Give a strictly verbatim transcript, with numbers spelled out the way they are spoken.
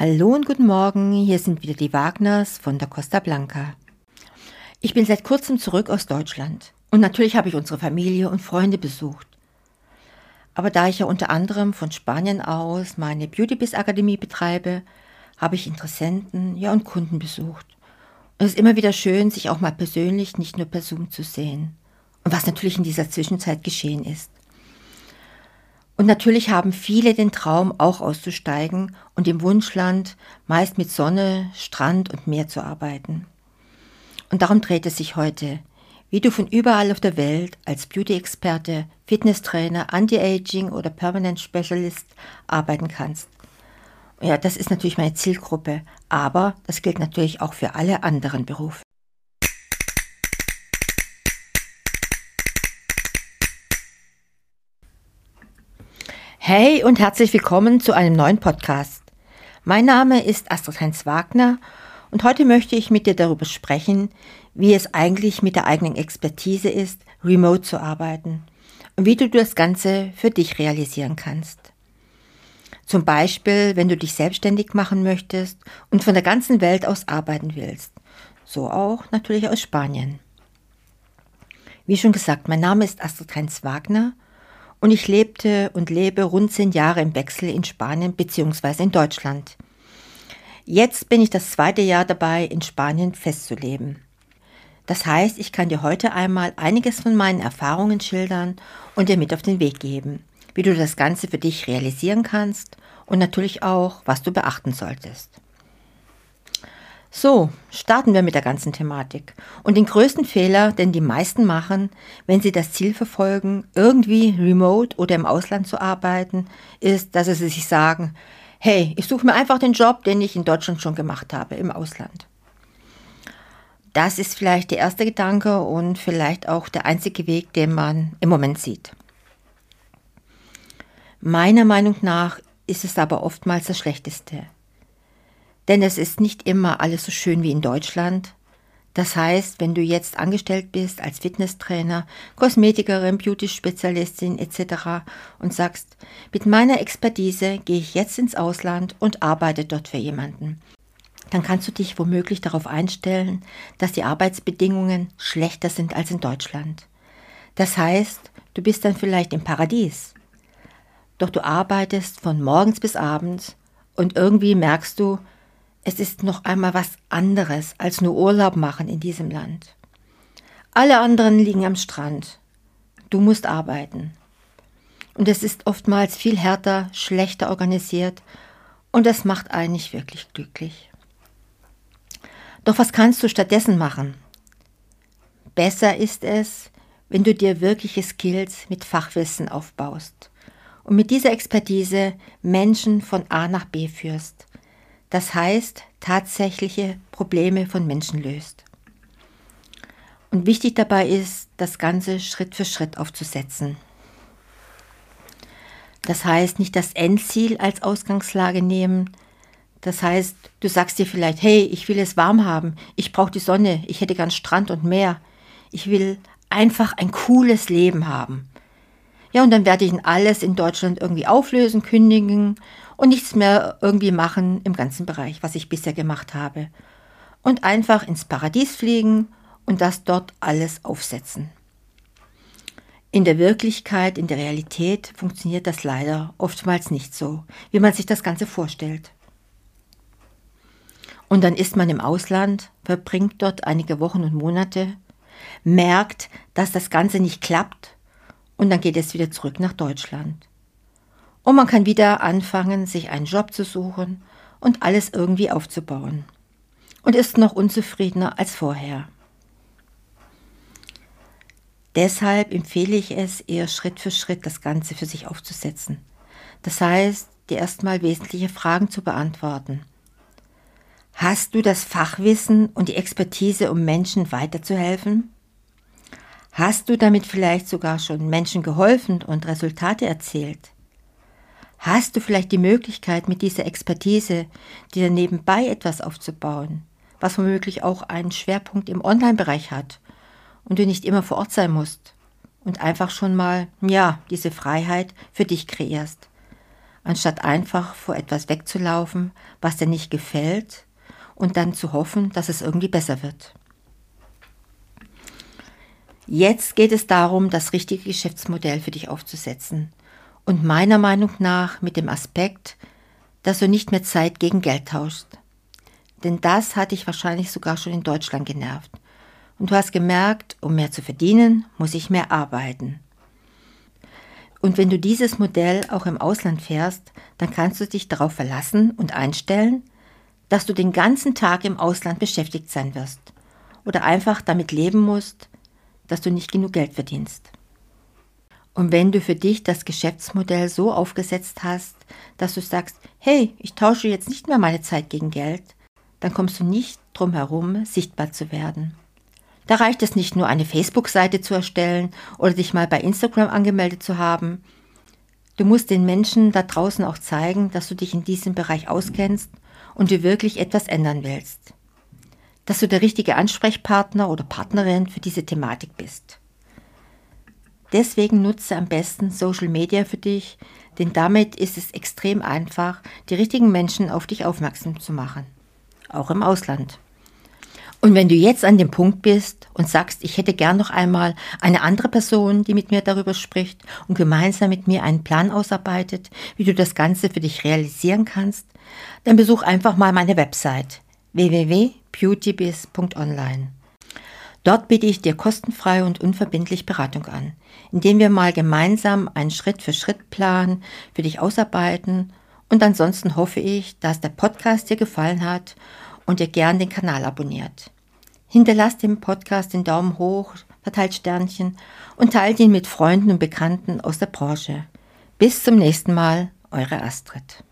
Hallo und guten Morgen, hier sind wieder die Wagners von der Costa Blanca. Ich bin seit kurzem zurück aus Deutschland und natürlich habe ich unsere Familie und Freunde besucht. Aber da ich ja unter anderem von Spanien aus meine Beauty-Biz Akademie betreibe, habe ich Interessenten, ja, und Kunden besucht. Und es ist immer wieder schön, sich auch mal persönlich, nicht nur per Zoom zu sehen. Und was natürlich in dieser Zwischenzeit geschehen ist. Und natürlich haben viele den Traum, auch auszusteigen und im Wunschland meist mit Sonne, Strand und Meer zu arbeiten. Und darum dreht es sich heute, wie du von überall auf der Welt als Beauty-Experte, Fitnesstrainer, Anti-Aging oder Permanent Specialist arbeiten kannst. Ja, das ist natürlich meine Zielgruppe, aber das gilt natürlich auch für alle anderen Berufe. Hey und herzlich willkommen zu einem neuen Podcast. Mein Name ist Astrid Heinz-Wagner und heute möchte ich mit dir darüber sprechen, wie es eigentlich mit der eigenen Expertise ist, remote zu arbeiten und wie du das Ganze für dich realisieren kannst. Zum Beispiel, wenn du dich selbstständig machen möchtest und von der ganzen Welt aus arbeiten willst. So auch natürlich aus Spanien. Wie schon gesagt, mein Name ist Astrid Heinz-Wagner. Und ich lebte und lebe rund zehn Jahre im Wechsel in Spanien bzw. in Deutschland. Jetzt bin ich das zweite Jahr dabei, in Spanien festzuleben. Das heißt, ich kann dir heute einmal einiges von meinen Erfahrungen schildern und dir mit auf den Weg geben, wie du das Ganze für dich realisieren kannst und natürlich auch, was du beachten solltest. So, starten wir mit der ganzen Thematik. Und den größten Fehler, den die meisten machen, wenn sie das Ziel verfolgen, irgendwie remote oder im Ausland zu arbeiten, ist, dass sie sich sagen, hey, ich suche mir einfach den Job, den ich in Deutschland schon gemacht habe, im Ausland. Das ist vielleicht der erste Gedanke und vielleicht auch der einzige Weg, den man im Moment sieht. Meiner Meinung nach ist es aber oftmals das Schlechteste. Denn es ist nicht immer alles so schön wie in Deutschland. Das heißt, wenn du jetzt angestellt bist als Fitnesstrainer, Kosmetikerin, Beauty-Spezialistin et cetera und sagst, mit meiner Expertise gehe ich jetzt ins Ausland und arbeite dort für jemanden, dann kannst du dich womöglich darauf einstellen, dass die Arbeitsbedingungen schlechter sind als in Deutschland. Das heißt, du bist dann vielleicht im Paradies. Doch du arbeitest von morgens bis abends und irgendwie merkst du, es ist noch einmal was anderes als nur Urlaub machen in diesem Land. Alle anderen liegen am Strand. Du musst arbeiten. Und es ist oftmals viel härter, schlechter organisiert und das macht einen nicht wirklich glücklich. Doch was kannst du stattdessen machen? Besser ist es, wenn du dir wirkliche Skills mit Fachwissen aufbaust und mit dieser Expertise Menschen von A nach B führst. Das heißt, tatsächliche Probleme von Menschen löst. Und wichtig dabei ist, das Ganze Schritt für Schritt aufzusetzen. Das heißt, nicht das Endziel als Ausgangslage nehmen. Das heißt, du sagst dir vielleicht, hey, ich will es warm haben, ich brauche die Sonne, ich hätte gern Strand und Meer. Ich will einfach ein cooles Leben haben. Ja, und dann werde ich alles in Deutschland irgendwie auflösen, kündigen und nichts mehr irgendwie machen im ganzen Bereich, was ich bisher gemacht habe. Und einfach ins Paradies fliegen und das dort alles aufsetzen. In der Wirklichkeit, in der Realität funktioniert das leider oftmals nicht so, wie man sich das Ganze vorstellt. Und dann ist man im Ausland, verbringt dort einige Wochen und Monate, merkt, dass das Ganze nicht klappt, und dann geht es wieder zurück nach Deutschland. Und man kann wieder anfangen, sich einen Job zu suchen und alles irgendwie aufzubauen. Und ist noch unzufriedener als vorher. Deshalb empfehle ich es, eher Schritt für Schritt das Ganze für sich aufzusetzen. Das heißt, dir erstmal wesentliche Fragen zu beantworten. Hast du das Fachwissen und die Expertise, um Menschen weiterzuhelfen? Hast du damit vielleicht sogar schon Menschen geholfen und Resultate erzielt? Hast du vielleicht die Möglichkeit, mit dieser Expertise dir nebenbei etwas aufzubauen, was womöglich auch einen Schwerpunkt im Online-Bereich hat und du nicht immer vor Ort sein musst und einfach schon mal, ja, diese Freiheit für dich kreierst. anstatt einfach vor etwas wegzulaufen, was dir nicht gefällt und dann zu hoffen, dass es irgendwie besser wird. Jetzt geht es darum, das richtige Geschäftsmodell für dich aufzusetzen und meiner Meinung nach mit dem Aspekt, dass du nicht mehr Zeit gegen Geld tauschst. Denn das hat dich wahrscheinlich sogar schon in Deutschland genervt. Und du hast gemerkt, um mehr zu verdienen, muss ich mehr arbeiten. Und wenn du dieses Modell auch im Ausland fährst, dann kannst du dich darauf verlassen und einstellen, dass du den ganzen Tag im Ausland beschäftigt sein wirst oder einfach damit leben musst, dass du nicht genug Geld verdienst. Und wenn du für dich das Geschäftsmodell so aufgesetzt hast, dass du sagst, hey, ich tausche jetzt nicht mehr meine Zeit gegen Geld, dann kommst du nicht drum herum, sichtbar zu werden. Da reicht es nicht nur, eine Facebook-Seite zu erstellen oder dich mal bei Instagram angemeldet zu haben. Du musst den Menschen da draußen auch zeigen, dass du dich in diesem Bereich auskennst und du wirklich etwas ändern willst. Dass du der richtige Ansprechpartner oder Partnerin für diese Thematik bist. Deswegen nutze am besten Social Media für dich, denn damit ist es extrem einfach, die richtigen Menschen auf dich aufmerksam zu machen. Auch im Ausland. Und wenn du jetzt an dem Punkt bist und sagst, ich hätte gern noch einmal eine andere Person, die mit mir darüber spricht und gemeinsam mit mir einen Plan ausarbeitet, wie du das Ganze für dich realisieren kannst, dann besuch einfach mal meine Website w w w punkt beautybiz punkt online. Dort biete ich dir kostenfrei und unverbindlich Beratung an, indem wir mal gemeinsam einen Schritt-für-Schritt-Plan für dich ausarbeiten und ansonsten hoffe ich, dass der Podcast dir gefallen hat und ihr gern den Kanal abonniert. Hinterlasst dem Podcast den Daumen hoch, verteilt Sternchen und teilt ihn mit Freunden und Bekannten aus der Branche. Bis zum nächsten Mal, eure Astrid.